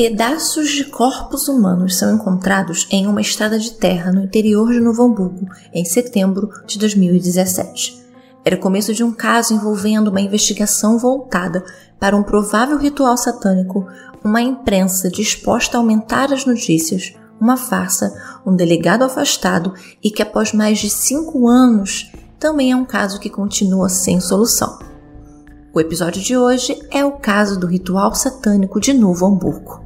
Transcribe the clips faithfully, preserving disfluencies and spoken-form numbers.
Pedaços de corpos humanos são encontrados em uma estrada de terra no interior de Novo Hamburgo em setembro de dois mil e dezessete. Era o começo de um caso envolvendo uma investigação voltada para um provável ritual satânico, uma imprensa disposta a aumentar as notícias, uma farsa, um delegado afastado e que após mais de cinco anos também é um caso que continua sem solução. O episódio de hoje é o caso do ritual satânico de Novo Hamburgo.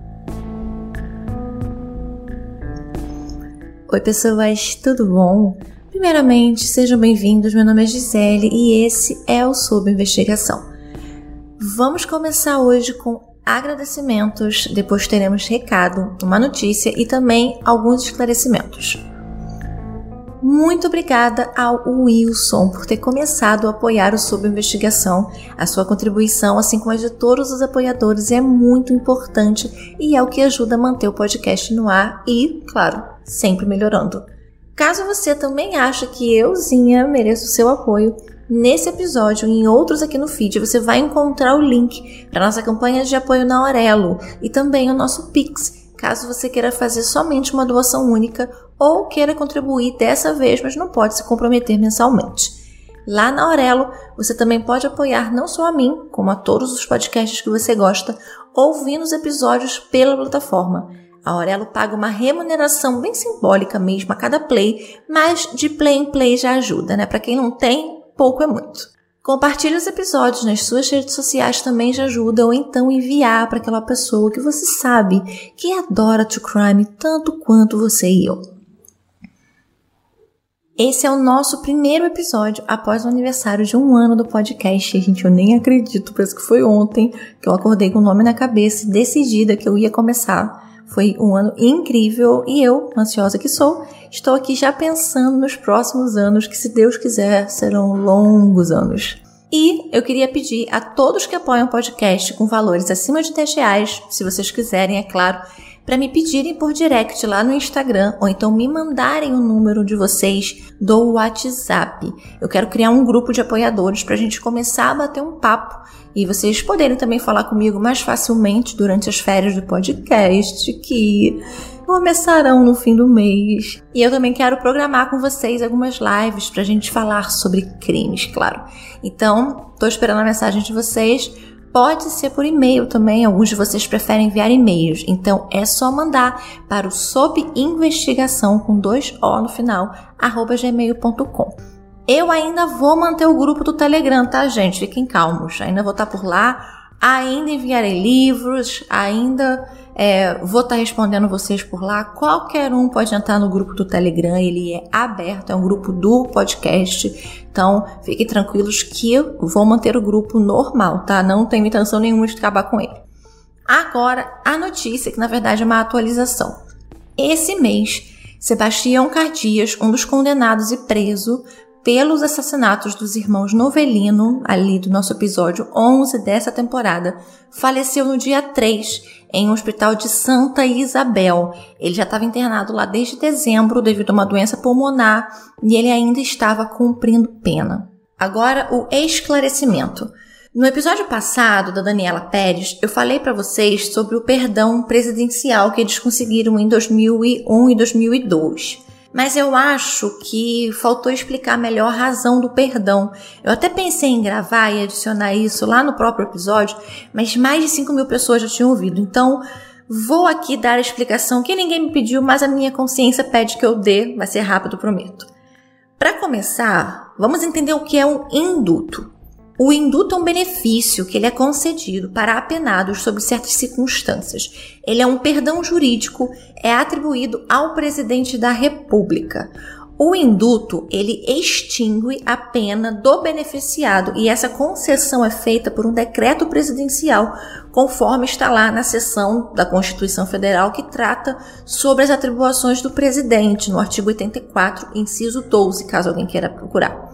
Oi pessoas, tudo bom? Primeiramente, sejam bem-vindos, meu nome é Gisele e esse é o Sob Investigação. Vamos começar hoje com agradecimentos, depois teremos recado, uma notícia e também alguns esclarecimentos. Muito obrigada ao Wilson por ter começado a apoiar o Sob Investigação. A sua contribuição, assim como a de todos os apoiadores, é muito importante e é o que ajuda a manter o podcast no ar e, claro, sempre melhorando. Caso você também ache que euzinha mereço o seu apoio, nesse episódio e em outros aqui no feed você vai encontrar o link para nossa campanha de apoio na Aurelo e também o nosso Pix, caso você queira fazer somente uma doação única ou queira contribuir dessa vez, mas não pode se comprometer mensalmente. Lá na Aurelo, você também pode apoiar não só a mim, como a todos os podcasts que você gosta, ouvindo os episódios pela plataforma. A Aurelo paga uma remuneração bem simbólica mesmo a cada play, mas de play em play já ajuda, né? Para quem não tem, pouco é muito. Compartilhe os episódios nas suas redes sociais também já ajuda, ou então enviar para aquela pessoa que você sabe que adora True Crime tanto quanto você e eu. Esse é o nosso primeiro episódio após o aniversário de um ano do podcast. Gente, eu nem acredito, parece que foi ontem que eu acordei com o nome na cabeça e decidida que eu ia começar. Foi um ano incrível e eu, ansiosa que sou, estou aqui já pensando nos próximos anos, que se Deus quiser serão longos anos. E eu queria pedir a todos que apoiam o podcast com valores acima de dez reais, se vocês quiserem, é claro, para me pedirem por direct lá no Instagram ou então me mandarem o número de vocês do WhatsApp. Eu quero criar um grupo de apoiadores para a gente começar a bater um papo e vocês poderem também falar comigo mais facilmente durante as férias do podcast que começarão no fim do mês. E eu também quero programar com vocês algumas lives para a gente falar sobre crimes, claro. Então, estou esperando a mensagem de vocês. Pode ser por e-mail também, alguns de vocês preferem enviar e-mails, então é só mandar para o sob investigação com dois O no final, arroba gmail ponto com. Eu ainda vou manter o grupo do Telegram, tá, gente? Fiquem calmos, ainda vou estar por lá, ainda enviarei livros, ainda é, vou estar respondendo vocês por lá. Qualquer um pode entrar no grupo do Telegram, ele é aberto, é um grupo do podcast, então fiquem tranquilos que eu vou manter o grupo normal, tá? Não tenho intenção nenhuma de acabar com ele. Agora, a notícia, que na verdade é uma atualização. Esse mês, Sebastião Cardias, um dos condenados e preso pelos assassinatos dos irmãos Novelino, ali do nosso episódio onze dessa temporada, faleceu no dia três, em um hospital de Santa Isabel. Ele já estava internado lá desde dezembro devido a uma doença pulmonar e ele ainda estava cumprindo pena. Agora, o esclarecimento. No episódio passado da Daniela Pérez, eu falei para vocês sobre o perdão presidencial que eles conseguiram em dois mil e um e dois mil e dois. Mas eu acho que faltou explicar melhor a razão do perdão. Eu até pensei em gravar e adicionar isso lá no próprio episódio, mas mais de cinco mil pessoas já tinham ouvido. Então, vou aqui dar a explicação que ninguém me pediu, mas a minha consciência pede que eu dê. Vai ser rápido, prometo. Para começar, vamos entender o que é um induto. O induto é um benefício que ele é concedido para apenados sob certas circunstâncias. Ele é um perdão jurídico, é atribuído ao presidente da República. O induto, ele extingue a pena do beneficiado e essa concessão é feita por um decreto presidencial, conforme está lá na seção da Constituição Federal que trata sobre as atribuições do presidente, no artigo oitenta e quatro, inciso doze, caso alguém queira procurar.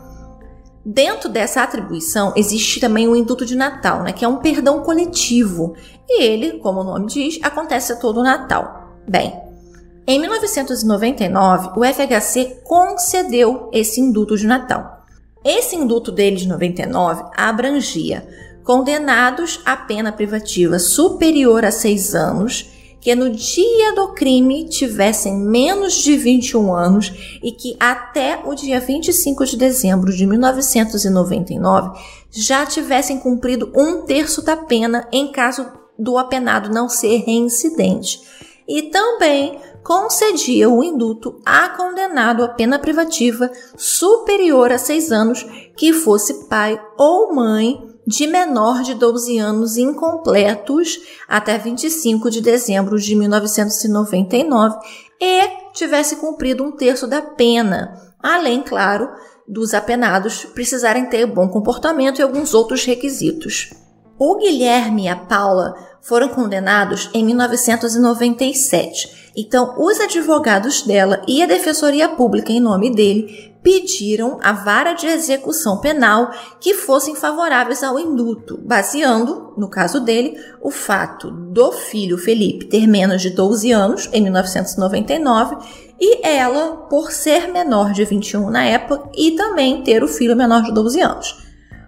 Dentro dessa atribuição existe também o induto de Natal, né, que é um perdão coletivo. E ele, como o nome diz, acontece a todo Natal. Bem, em mil novecentos e noventa e nove, o F H C concedeu esse induto de Natal. Esse induto dele de noventa e nove abrangia condenados à pena privativa superior a seis anos que no dia do crime tivessem menos de vinte e um anos e que até o dia vinte e cinco de dezembro de mil novecentos e noventa e nove já tivessem cumprido um terço da pena em caso do apenado não ser reincidente. E também concedia o indulto a condenado à pena privativa superior a seis anos que fosse pai ou mãe de menor de doze anos incompletos até vinte e cinco de dezembro de mil novecentos e noventa e nove e tivesse cumprido um terço da pena, além, claro, dos apenados precisarem ter bom comportamento e alguns outros requisitos. O Guilherme e a Paula foram condenados em mil novecentos e noventa e sete. Então, os advogados dela e a Defensoria Pública em nome dele pediram à vara de execução penal que fossem favoráveis ao indulto, baseando, no caso dele, o fato do filho Felipe ter menos de doze anos, em mil novecentos e noventa e nove, e ela por ser menor de vinte e um na época e também ter o filho menor de doze anos.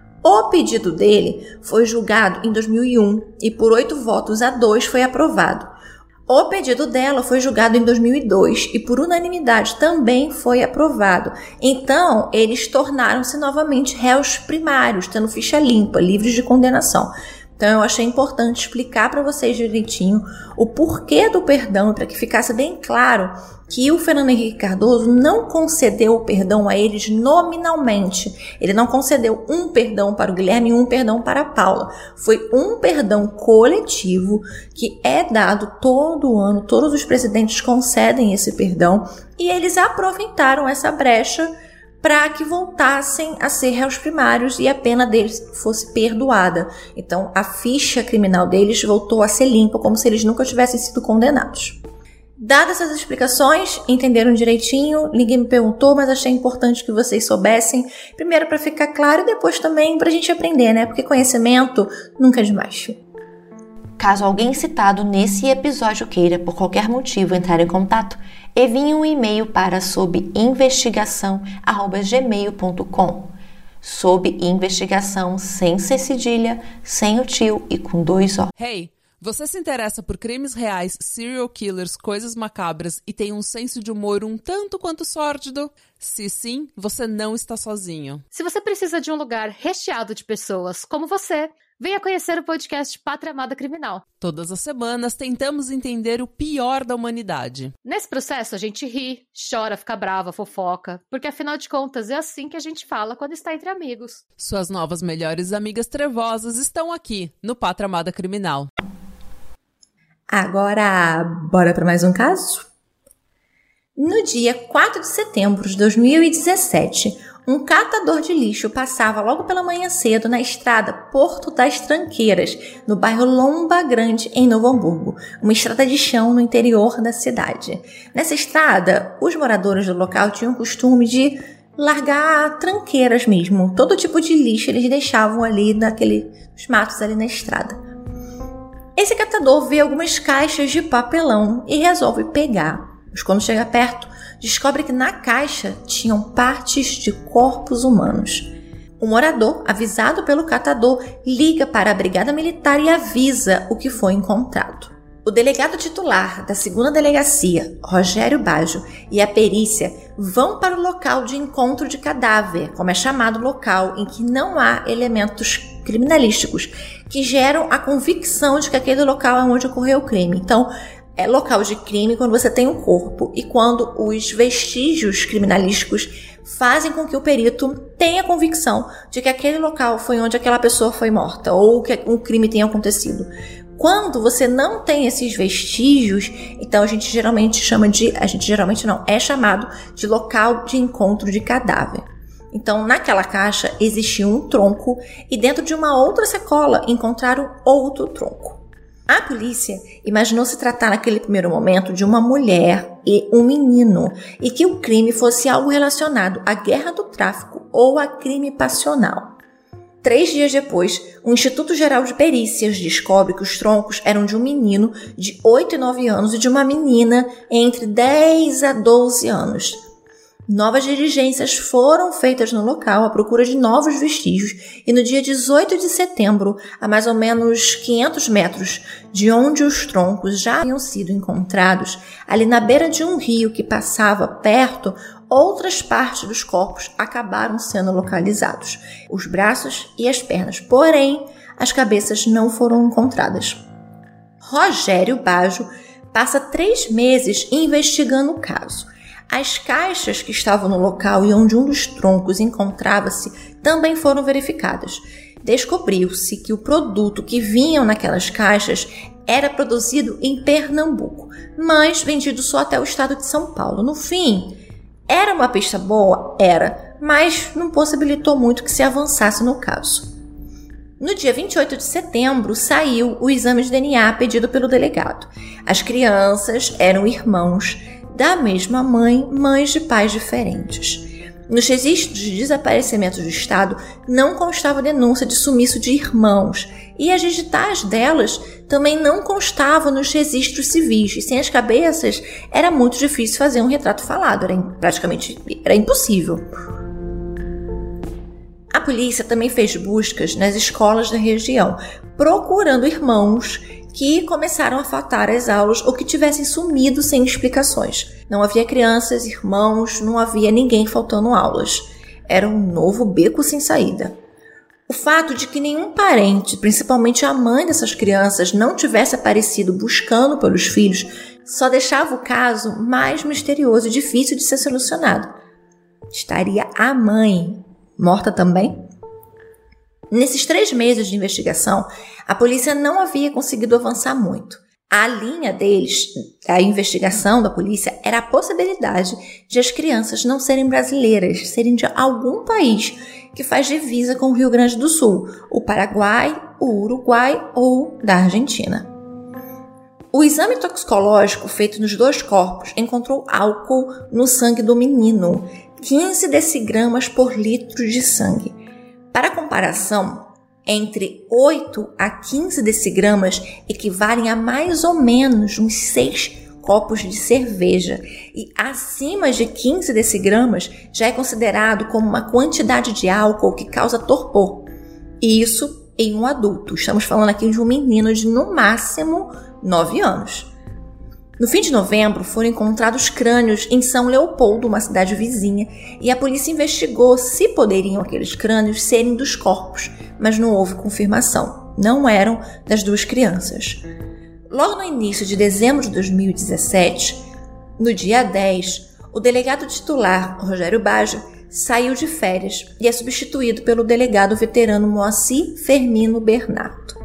O pedido dele foi julgado em dois mil e um e por oito votos a dois foi aprovado. O pedido dela foi julgado em dois mil e dois e por unanimidade também foi aprovado. Então, eles tornaram-se novamente réus primários, tendo ficha limpa, livres de condenação. Então, eu achei importante explicar para vocês direitinho o porquê do perdão, para que ficasse bem claro que o Fernando Henrique Cardoso não concedeu o perdão a eles nominalmente. Ele não concedeu um perdão para o Guilherme e um perdão para a Paula. Foi um perdão coletivo que é dado todo ano, todos os presidentes concedem esse perdão e eles aproveitaram essa brecha para que voltassem a ser réus primários e a pena deles fosse perdoada. Então, a ficha criminal deles voltou a ser limpa, como se eles nunca tivessem sido condenados. Dadas essas explicações, entenderam direitinho? Ninguém me perguntou, mas achei importante que vocês soubessem. Primeiro para ficar claro e depois também para a gente aprender, né? Porque conhecimento nunca é demais. Caso alguém citado nesse episódio queira, por qualquer motivo, entrar em contato, envie um e-mail para sob investigação arroba gmail ponto com. Sob investigação, sem C cedilha, sem o tio e com dois O. Hey, você se interessa por crimes reais, serial killers, coisas macabras e tem um senso de humor um tanto quanto sórdido? Se sim, você não está sozinho. Se você precisa de um lugar recheado de pessoas como você, venha conhecer o podcast Pátria Amada Criminal. Todas as semanas tentamos entender o pior da humanidade. Nesse processo a gente ri, chora, fica brava, fofoca, porque afinal de contas é assim que a gente fala quando está entre amigos. Suas novas melhores amigas trevosas estão aqui no Pátria Amada Criminal. Agora, bora para mais um caso? No dia quatro de setembro de dois mil e dezessete, um catador de lixo passava logo pela manhã cedo na estrada Porto das Tranqueiras, no bairro Lomba Grande, em Novo Hamburgo, uma estrada de chão no interior da cidade. Nessa estrada, os moradores do local tinham o costume de largar tranqueiras mesmo. Todo tipo de lixo eles deixavam ali naqueles matos ali na estrada. Esse catador vê algumas caixas de papelão e resolve pegar. Mas quando chega perto, descobre que na caixa tinham partes de corpos humanos. O morador, avisado pelo catador, liga para a Brigada Militar e avisa o que foi encontrado. O delegado titular da segunda Delegacia, Rogério Baggio, e a perícia vão para o local de encontro de cadáver, como é chamado o local em que não há elementos criminalísticos que geram a convicção de que aquele local é onde ocorreu o crime. Então, é local de crime quando você tem um corpo e quando os vestígios criminalísticos fazem com que o perito tenha convicção de que aquele local foi onde aquela pessoa foi morta ou que um crime tenha acontecido. Quando você não tem esses vestígios, então a gente geralmente chama de, a gente geralmente não, é chamado de local de encontro de cadáver. Então, naquela caixa existia um tronco e dentro de uma outra sacola encontraram outro tronco. A polícia imaginou se tratar naquele primeiro momento de uma mulher e um menino e que o crime fosse algo relacionado à guerra do tráfico ou a crime passional. Três dias depois, o Instituto Geral de Perícias descobre que os troncos eram de um menino de oito e nove anos e de uma menina entre dez a doze anos. Novas diligências foram feitas no local à procura de novos vestígios e no dia dezoito de setembro, a mais ou menos quinhentos metros de onde os troncos já haviam sido encontrados, ali na beira de um rio que passava perto, outras partes dos corpos acabaram sendo localizados, os braços e as pernas, porém, as cabeças não foram encontradas. Rogério Baggio passa três meses investigando o caso. As caixas que estavam no local e onde um dos troncos encontrava-se também foram verificadas. Descobriu-se que o produto que vinham naquelas caixas era produzido em Pernambuco, mas vendido só até o estado de São Paulo. No fim, era uma pista boa? Era, mas não possibilitou muito que se avançasse no caso. No dia vinte e oito de setembro, saiu o exame de D N A pedido pelo delegado. As crianças eram irmãos da mesma mãe, mães de pais diferentes. Nos registros de desaparecimento do Estado não constava denúncia de sumiço de irmãos e as digitais delas também não constavam nos registros civis. E sem as cabeças era muito difícil fazer um retrato falado, era praticamente era impossível. A polícia também fez buscas nas escolas da região, procurando irmãos que começaram a faltar às aulas ou que tivessem sumido sem explicações. Não havia crianças, irmãos, não havia ninguém faltando aulas. Era um novo beco sem saída. O fato de que nenhum parente, principalmente a mãe dessas crianças, não tivesse aparecido buscando pelos filhos, só deixava o caso mais misterioso e difícil de ser solucionado. Estaria a mãe morta também? Nesses três meses de investigação, a polícia não havia conseguido avançar muito. A linha deles, a investigação da polícia, era a possibilidade de as crianças não serem brasileiras, serem de algum país que faz divisa com o Rio Grande do Sul, o Paraguai, o Uruguai ou da Argentina. O exame toxicológico feito nos dois corpos encontrou álcool no sangue do menino, quinze decigramas por litro de sangue. Para comparação, entre oito a quinze decigramas equivalem a mais ou menos uns seis copos de cerveja e acima de quinze decigramas já é considerado como uma quantidade de álcool que causa torpor. E isso em um adulto. Estamos falando aqui de um menino de no máximo nove anos. No fim de novembro, foram encontrados crânios em São Leopoldo, uma cidade vizinha, e a polícia investigou se poderiam aqueles crânios serem dos corpos, mas não houve confirmação. Não eram das duas crianças. Logo no início de dezembro de dois mil e dezessete, no dia dez, o delegado titular, Rogério Baggio, saiu de férias e é substituído pelo delegado veterano Moacir Fermino Bernardo.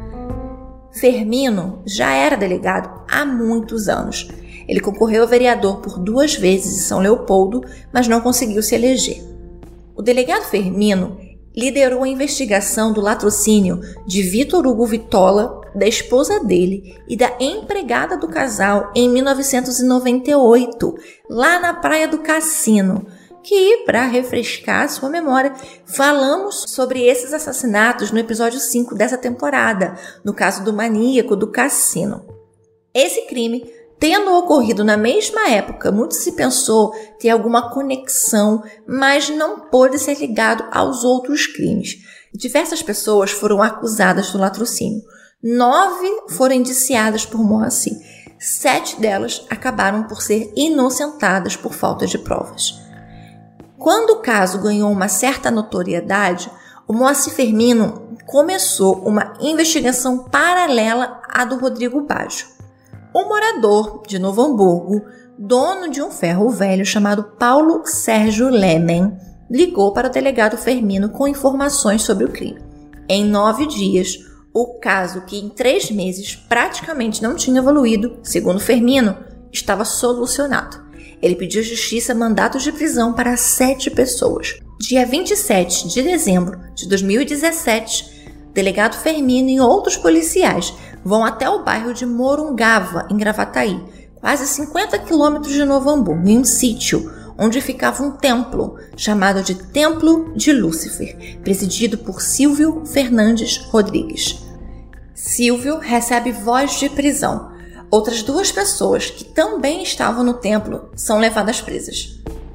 Fermino já era delegado há muitos anos. Ele concorreu a vereador por duas vezes em São Leopoldo, mas não conseguiu se eleger. O delegado Fermino liderou a investigação do latrocínio de Vitor Hugo Vitola, da esposa dele e da empregada do casal em mil novecentos e noventa e oito, lá na Praia do Cassino, que, para refrescar sua memória, falamos sobre esses assassinatos no episódio cinco dessa temporada, no caso do maníaco do cassino. Esse crime, tendo ocorrido na mesma época, muito se pensou ter alguma conexão, mas não pôde ser ligado aos outros crimes. Diversas pessoas foram acusadas do latrocínio. Nove foram indiciadas por Moacir. Sete delas acabaram por ser inocentadas por falta de provas. Quando o caso ganhou uma certa notoriedade, o Moacir Fermino começou uma investigação paralela à do Rodrigo Baggio. Um morador de Novo Hamburgo, dono de um ferro velho chamado Paulo Sérgio Lemen, ligou para o delegado Fermino com informações sobre o crime. Em nove dias, o caso, que em três meses praticamente não tinha evoluído, segundo Fermino, estava solucionado. Ele pediu à justiça mandatos de prisão para sete pessoas. Dia vinte e sete de dezembro de dois mil e dezessete, o delegado Fermino e outros policiais vão até o bairro de Morungava, em Gravataí, quase cinquenta quilômetros de Novo Hamburgo, em um sítio onde ficava um templo chamado de Templo de Lúcifer, presidido por Silvio Fernandes Rodrigues. Silvio recebe voz de prisão. Outras duas pessoas que também estavam no templo são levadas presas.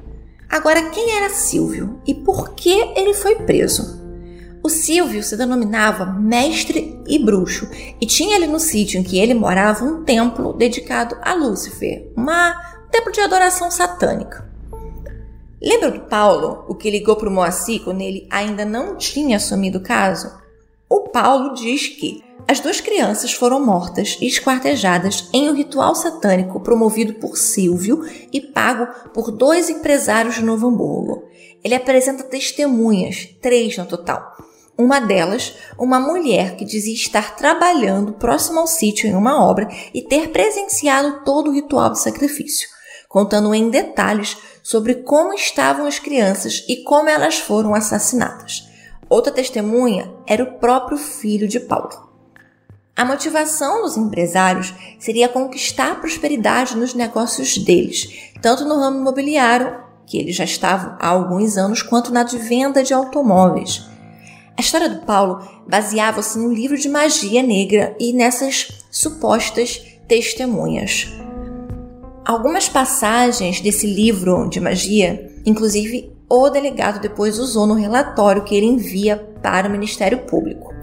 Agora, quem era Silvio e por que ele foi preso? O Silvio se denominava mestre e bruxo e tinha ali no sítio em que ele morava um templo dedicado a Lúcifer, uma, um templo de adoração satânica. Lembra do Paulo, o que ligou para o Moacir quando ele ainda não tinha assumido o caso? O Paulo diz que as duas crianças foram mortas e esquartejadas em um ritual satânico promovido por Silvio e pago por dois empresários de Novo Hamburgo. Ele apresenta testemunhas, três no total. Uma delas, uma mulher que dizia estar trabalhando próximo ao sítio em uma obra e ter presenciado todo o ritual de sacrifício, contando em detalhes sobre como estavam as crianças e como elas foram assassinadas. Outra testemunha era o próprio filho de Paulo. A motivação dos empresários seria conquistar a prosperidade nos negócios deles, tanto no ramo imobiliário, que eles já estavam há alguns anos, quanto na de venda de automóveis. A história do Paulo baseava-se num livro de magia negra e nessas supostas testemunhas. Algumas passagens desse livro de magia, inclusive o delegado depois usou no relatório que ele envia para o Ministério Público.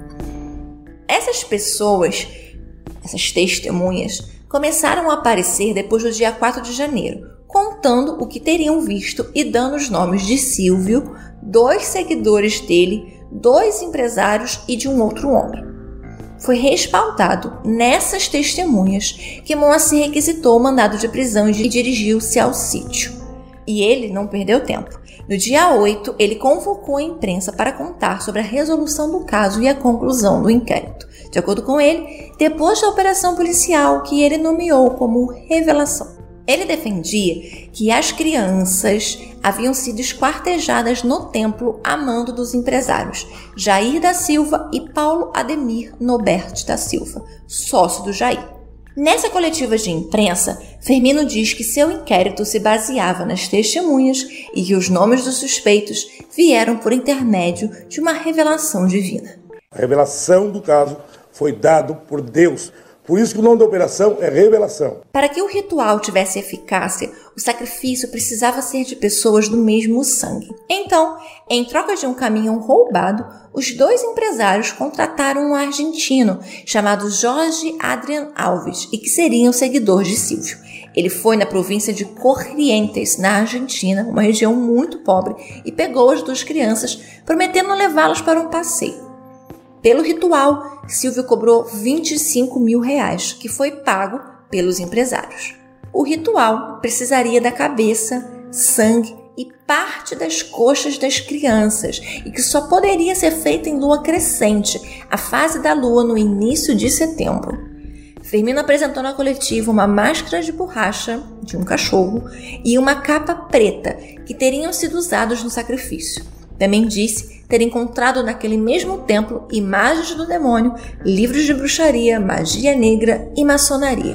Essas pessoas, essas testemunhas, começaram a aparecer depois do dia quatro de janeiro, contando o que teriam visto e dando os nomes de Silvio, dois seguidores dele, dois empresários e de um outro homem. Foi respaldado nessas testemunhas que Moacir requisitou o mandado de prisão e dirigiu-se ao sítio. E ele não perdeu tempo. No dia oito, ele convocou a imprensa para contar sobre a resolução do caso e a conclusão do inquérito. De acordo com ele, depois da operação policial que ele nomeou como revelação. Ele defendia que as crianças haviam sido esquartejadas no templo a mando dos empresários Jair da Silva e Paulo Ademir Noberti da Silva, sócio do Jair. Nessa coletiva de imprensa, Firmino diz que seu inquérito se baseava nas testemunhas e que os nomes dos suspeitos vieram por intermédio de uma revelação divina. A revelação do caso foi dada por Deus. Por isso que o nome da operação é revelação. Para que o ritual tivesse eficácia, o sacrifício precisava ser de pessoas do mesmo sangue. Então, em troca de um caminhão roubado, os dois empresários contrataram um argentino chamado Jorge Adrian Alves e que seria um seguidor de Silvio. Ele foi na província de Corrientes, na Argentina, uma região muito pobre, e pegou as duas crianças, prometendo levá-las para um passeio. Pelo ritual, Silvio cobrou vinte e cinco mil reais, que foi pago pelos empresários. O ritual precisaria da cabeça, sangue e parte das coxas das crianças e que só poderia ser feito em lua crescente, a fase da lua no início de setembro. Firmino apresentou na coletiva uma máscara de borracha de um cachorro e uma capa preta que teriam sido usados no sacrifício. Também disse ter encontrado naquele mesmo templo imagens do demônio, livros de bruxaria, magia negra e maçonaria.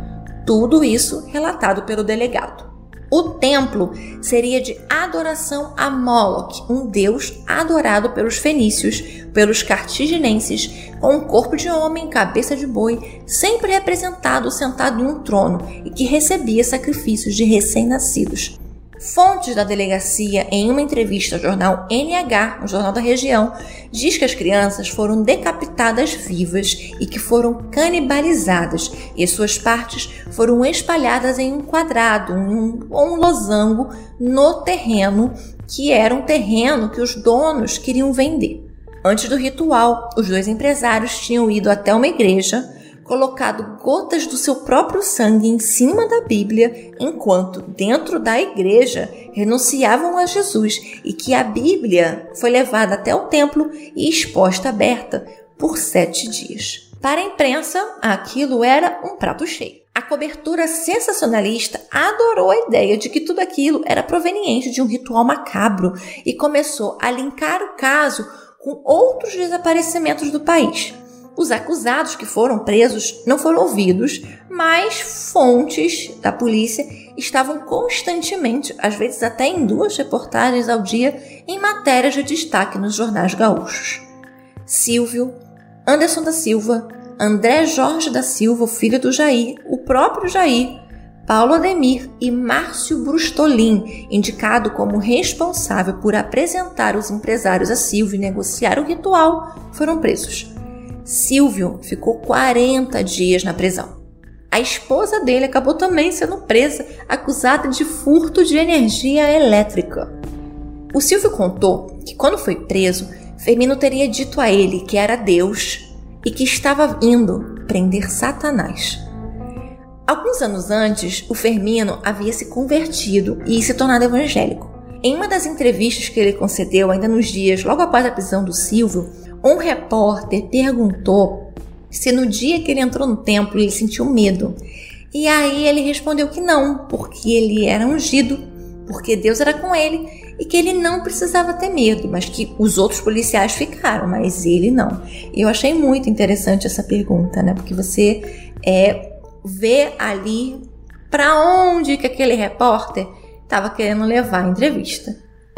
Tudo isso relatado pelo delegado. O templo seria de adoração a Moloch, um deus adorado pelos fenícios, pelos cartaginenses, com um corpo de homem, cabeça de boi, sempre representado sentado em um trono e que recebia sacrifícios de recém-nascidos. Fontes da delegacia, em uma entrevista ao jornal N H, um jornal da região, diz que as crianças foram decapitadas vivas e que foram canibalizadas e suas partes foram espalhadas em um quadrado um, ou um losango no terreno, que era um terreno que os donos queriam vender. Antes do ritual, os dois empresários tinham ido até uma igreja, colocado gotas do seu próprio sangue em cima da Bíblia, enquanto dentro da igreja renunciavam a Jesus e que a Bíblia foi levada até o templo e exposta aberta por sete dias. Para a imprensa, aquilo era um prato cheio. A cobertura sensacionalista adorou a ideia de que tudo aquilo era proveniente de um ritual macabro e começou a linkar o caso com outros desaparecimentos do país. Os acusados que foram presos não foram ouvidos, mas fontes da polícia estavam constantemente, às vezes até em duas reportagens ao dia, em matérias de destaque nos jornais gaúchos. Silvio, Anderson da Silva, André Jorge da Silva, o filho do Jair, o próprio Jair, Paulo Ademir e Márcio Brustolin, indicado como responsável por apresentar os empresários a Silvio e negociar o ritual, foram presos. Silvio ficou quarenta dias na prisão. A esposa dele acabou também sendo presa, acusada de furto de energia elétrica. O Silvio contou que quando foi preso, Firmino teria dito a ele que era Deus e que estava indo prender Satanás. Alguns anos antes, o Firmino havia se convertido e se tornado evangélico. Em uma das entrevistas que ele concedeu ainda nos dias logo após a prisão do Silvio, um repórter perguntou se no dia que ele entrou no templo ele sentiu medo. E aí ele respondeu que não, porque ele era ungido, porque Deus era com ele e que ele não precisava ter medo, mas que os outros policiais ficaram, mas ele não. Eu achei muito interessante essa pergunta, né? Porque você é, vê ali para onde que aquele repórter estava querendo levar a entrevista.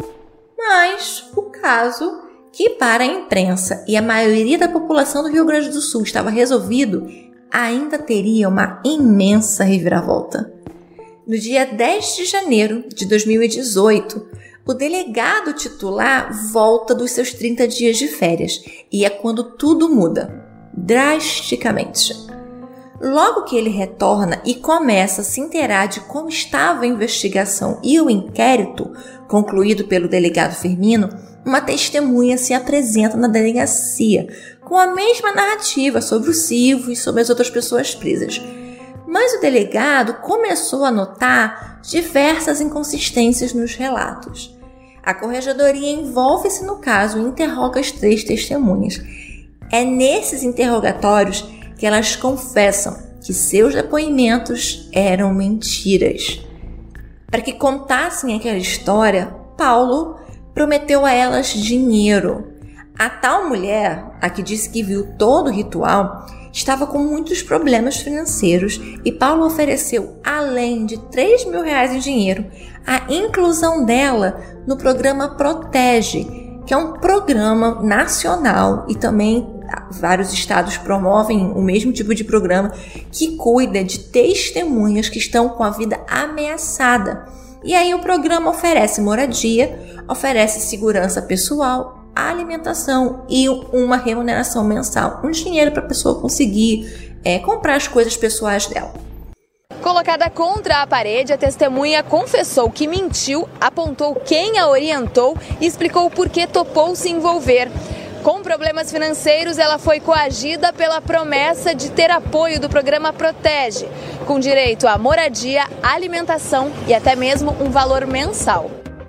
Mas o caso, que para a imprensa e a maioria da população do Rio Grande do Sul estava resolvido, ainda teria uma imensa reviravolta. No dia dez de janeiro de dois mil e dezoito, o delegado titular volta dos seus trinta dias de férias e é quando tudo muda, drasticamente. Logo que ele retorna e começa a se inteirar de como estava a investigação e o inquérito concluído pelo delegado Firmino, uma testemunha se apresenta na delegacia com a mesma narrativa sobre o Silvio e sobre as outras pessoas presas. Mas o delegado começou a notar diversas inconsistências nos relatos. A corregedoria envolve-se no caso e interroga as três testemunhas. É nesses interrogatórios que elas confessam que seus depoimentos eram mentiras. Para que contassem aquela história, Paulo prometeu a elas dinheiro. A tal mulher, a que disse que viu todo o ritual, estava com muitos problemas financeiros e Paulo ofereceu, além de três mil reais em dinheiro, a inclusão dela no programa Protege, que é um programa nacional e também vários estados promovem o mesmo tipo de programa que cuida de testemunhas que estão com a vida ameaçada. E aí o programa oferece moradia, oferece segurança pessoal, alimentação e uma remuneração mensal, um dinheiro para a pessoa conseguir é, comprar as coisas pessoais dela. Colocada contra a parede, a testemunha confessou que mentiu, apontou quem a orientou e explicou por que topou se envolver. Com problemas financeiros, ela foi coagida pela promessa de ter apoio do programa Protege, com direito a moradia, alimentação e até mesmo um valor mensal.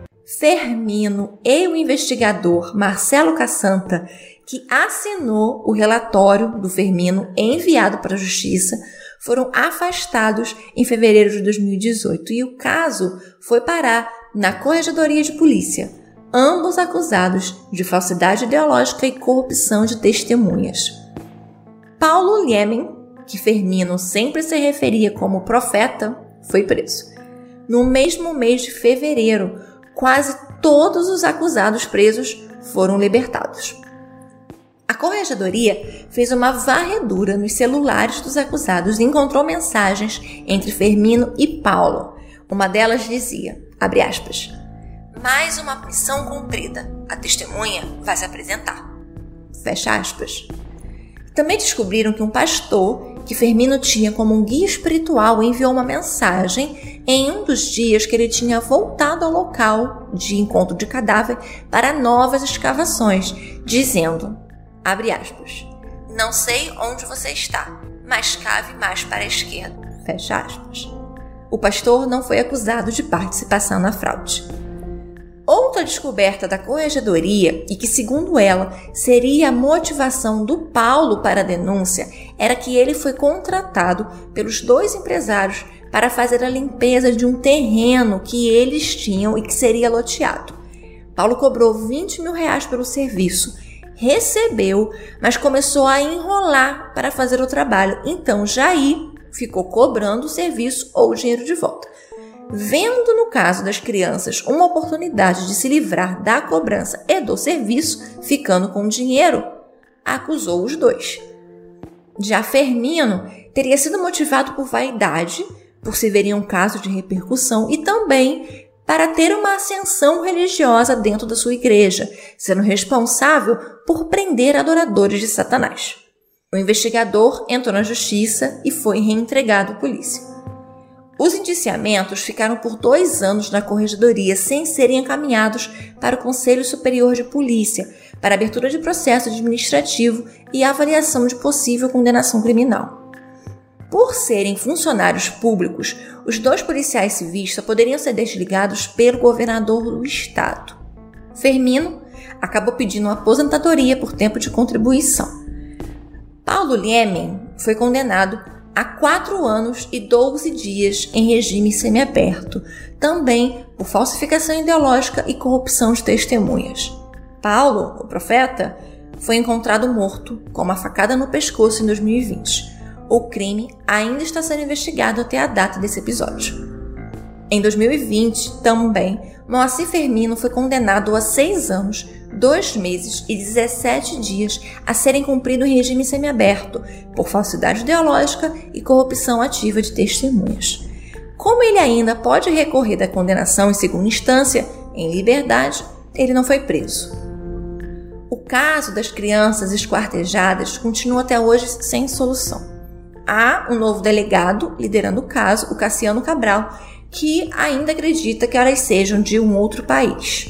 Firmino e o investigador Marcelo Cassanta, que assinou o relatório do Firmino enviado para a Justiça, foram afastados em fevereiro de dois mil e dezoito e o caso foi parar na Corregedoria de Polícia, ambos acusados de falsidade ideológica e corrupção de testemunhas. Paulo Liemen, que Firmino sempre se referia como profeta, foi preso. No mesmo mês de fevereiro, quase todos os acusados presos foram libertados. A Corregedoria fez uma varredura nos celulares dos acusados e encontrou mensagens entre Firmino e Paulo. Uma delas dizia, abre aspas, mais uma missão cumprida. A testemunha vai se apresentar. Fecha aspas. Também descobriram que um pastor que Firmino tinha como um guia espiritual enviou uma mensagem em um dos dias que ele tinha voltado ao local de encontro de cadáver para novas escavações, dizendo, abre aspas, não sei onde você está, mas cave mais para a esquerda. Fecha aspas. O pastor não foi acusado de participação na fraude. Outra descoberta da Corregedoria, e que segundo ela seria a motivação do Paulo para a denúncia, era que ele foi contratado pelos dois empresários para fazer a limpeza de um terreno que eles tinham e que seria loteado. Paulo cobrou vinte mil reais pelo serviço, recebeu, mas começou a enrolar para fazer o trabalho. Então Jair ficou cobrando o serviço ou o dinheiro de volta. Vendo no caso das crianças uma oportunidade de se livrar da cobrança e do serviço, ficando com o dinheiro, acusou os dois. Já Firmino teria sido motivado por vaidade, por se verem um caso de repercussão e também para ter uma ascensão religiosa dentro da sua igreja, sendo responsável por prender adoradores de Satanás. O investigador entrou na justiça e foi reentregado à polícia. Os indiciamentos ficaram por dois anos na corregedoria sem serem encaminhados para o Conselho Superior de Polícia, para abertura de processo administrativo e avaliação de possível condenação criminal. Por serem funcionários públicos, os dois policiais civis só poderiam ser desligados pelo governador do estado. Fermino acabou pedindo uma aposentadoria por tempo de contribuição. Paulo Liemen foi condenado a quatro anos e doze dias em regime semiaberto, também por falsificação ideológica e corrupção de testemunhas. Paulo, o profeta, foi encontrado morto com uma facada no pescoço em dois mil e vinte. O crime ainda está sendo investigado até a data desse episódio. Em dois mil e vinte, também, Moacir Fermino foi condenado a seis anos, dois meses e dezessete dias a serem cumpridos em regime semiaberto por falsidade ideológica e corrupção ativa de testemunhas. Como ele ainda pode recorrer da condenação em segunda instância, em liberdade, ele não foi preso. O caso das crianças esquartejadas continua até hoje sem solução. Há um novo delegado liderando o caso, o Cassiano Cabral, que ainda acredita que elas sejam de um outro país.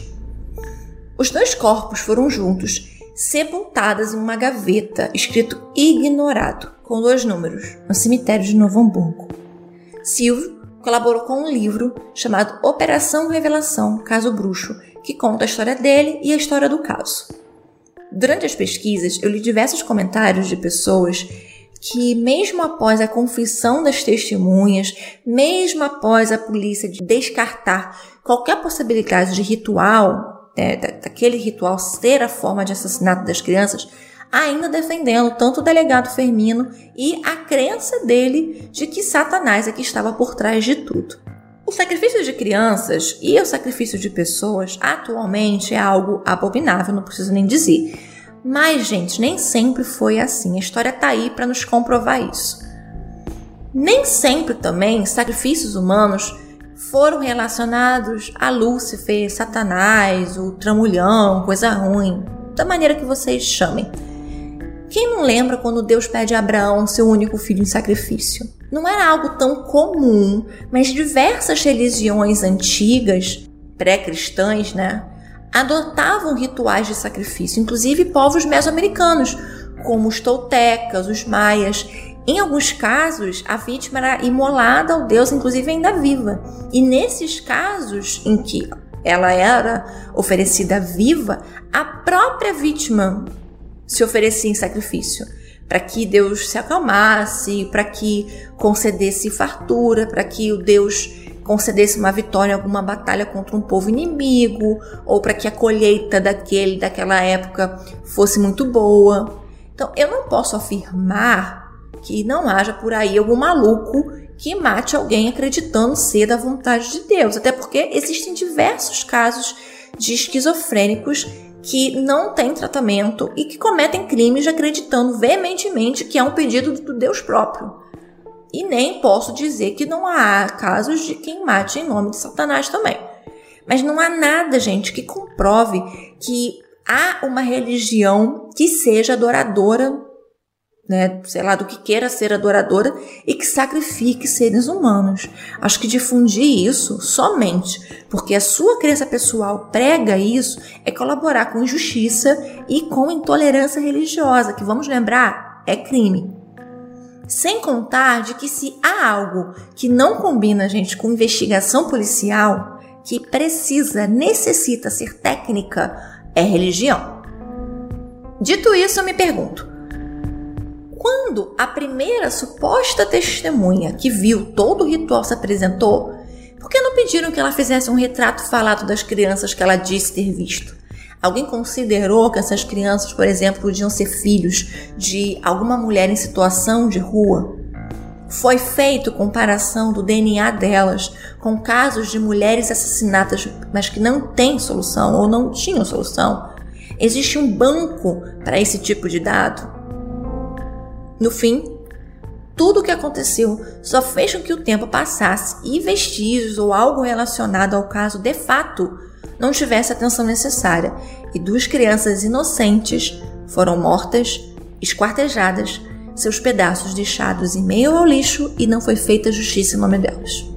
Os dois corpos foram juntos, sepultados em uma gaveta, escrito ignorado, com dois números, no cemitério de Novo Hamburgo. Silvio colaborou com um livro chamado Operação Revelação, Caso Bruxo, que conta a história dele e a história do caso. Durante as pesquisas, eu li diversos comentários de pessoas que, mesmo após a confissão das testemunhas, mesmo após a polícia descartar qualquer possibilidade de ritual, né, daquele ritual ser a forma de assassinato das crianças, ainda defendendo tanto o delegado Fermino e a crença dele de que Satanás é que estava por trás de tudo. O sacrifício de crianças e o sacrifício de pessoas atualmente é algo abominável, não preciso nem dizer. Mas, gente, nem sempre foi assim. A história está aí para nos comprovar isso. Nem sempre também sacrifícios humanos foram relacionados a Lúcifer, Satanás, o tramulhão, coisa ruim, da maneira que vocês chamem. Quem não lembra quando Deus pede a Abraão seu único filho em sacrifício? Não era algo tão comum, mas diversas religiões antigas, pré-cristãs, né, adotavam rituais de sacrifício, inclusive povos mesoamericanos, como os toltecas, os maias. Em alguns casos, a vítima era imolada ao deus, inclusive ainda viva. E nesses casos em que ela era oferecida viva, a própria vítima se oferecia em sacrifício, para que Deus se acalmasse, para que concedesse fartura, para que o Deus concedesse uma vitória em alguma batalha contra um povo inimigo, ou para que a colheita daquele, daquela época fosse muito boa. Então, eu não posso afirmar que não haja por aí algum maluco que mate alguém acreditando ser da vontade de Deus, até porque existem diversos casos de esquizofrênicos que não têm tratamento e que cometem crimes acreditando veementemente que é um pedido do Deus próprio. E nem posso dizer que não há casos de quem mate em nome de Satanás também. Mas não há nada, gente, que comprove que há uma religião que seja adoradora, né, sei lá, do que queira ser adoradora e que sacrifique seres humanos. Acho que difundir isso somente porque a sua crença pessoal prega isso é colaborar com injustiça e com intolerância religiosa, que, vamos lembrar, é crime. Sem contar de que se há algo que não combina, gente, com investigação policial, que precisa, necessita ser técnica, é religião. Dito isso, eu me pergunto, quando a primeira suposta testemunha que viu todo o ritual se apresentou, por que não pediram que ela fizesse um retrato falado das crianças que ela disse ter visto? Alguém considerou que essas crianças, por exemplo, podiam ser filhos de alguma mulher em situação de rua? Foi feita comparação do D N A delas com casos de mulheres assassinadas, mas que não têm solução ou não tinham solução? Existe um banco para esse tipo de dado? No fim, Tudo o que aconteceu só fez com que o tempo passasse e vestígios ou algo relacionado ao caso de fato não tivesse a atenção necessária, e duas crianças inocentes foram mortas, esquartejadas, seus pedaços deixados em meio ao lixo e não foi feita justiça em nome delas.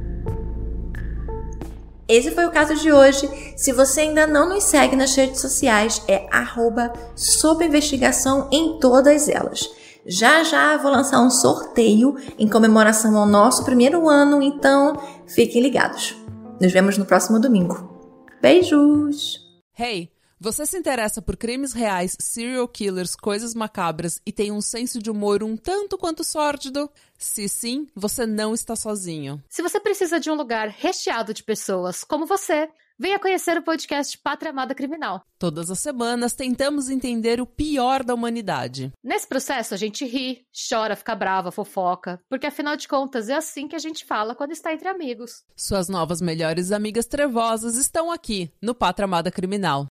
Esse foi o caso de hoje. Se você ainda não nos segue nas redes sociais, é arroba sob investigação em todas elas. Já já vou lançar um sorteio em comemoração ao nosso primeiro ano, então fiquem ligados. Nos vemos no próximo domingo. Beijos! Hey, você se interessa por crimes reais, serial killers, coisas macabras e tem um senso de humor um tanto quanto sórdido? Se sim, você não está sozinho. Se você precisa de um lugar recheado de pessoas como você, venha conhecer o podcast Pátria Amada Criminal. Todas as semanas tentamos entender o pior da humanidade. Nesse processo a gente ri, chora, fica brava, fofoca, porque afinal de contas é assim que a gente fala quando está entre amigos. Suas novas melhores amigas trevosas estão aqui no Pátria Amada Criminal.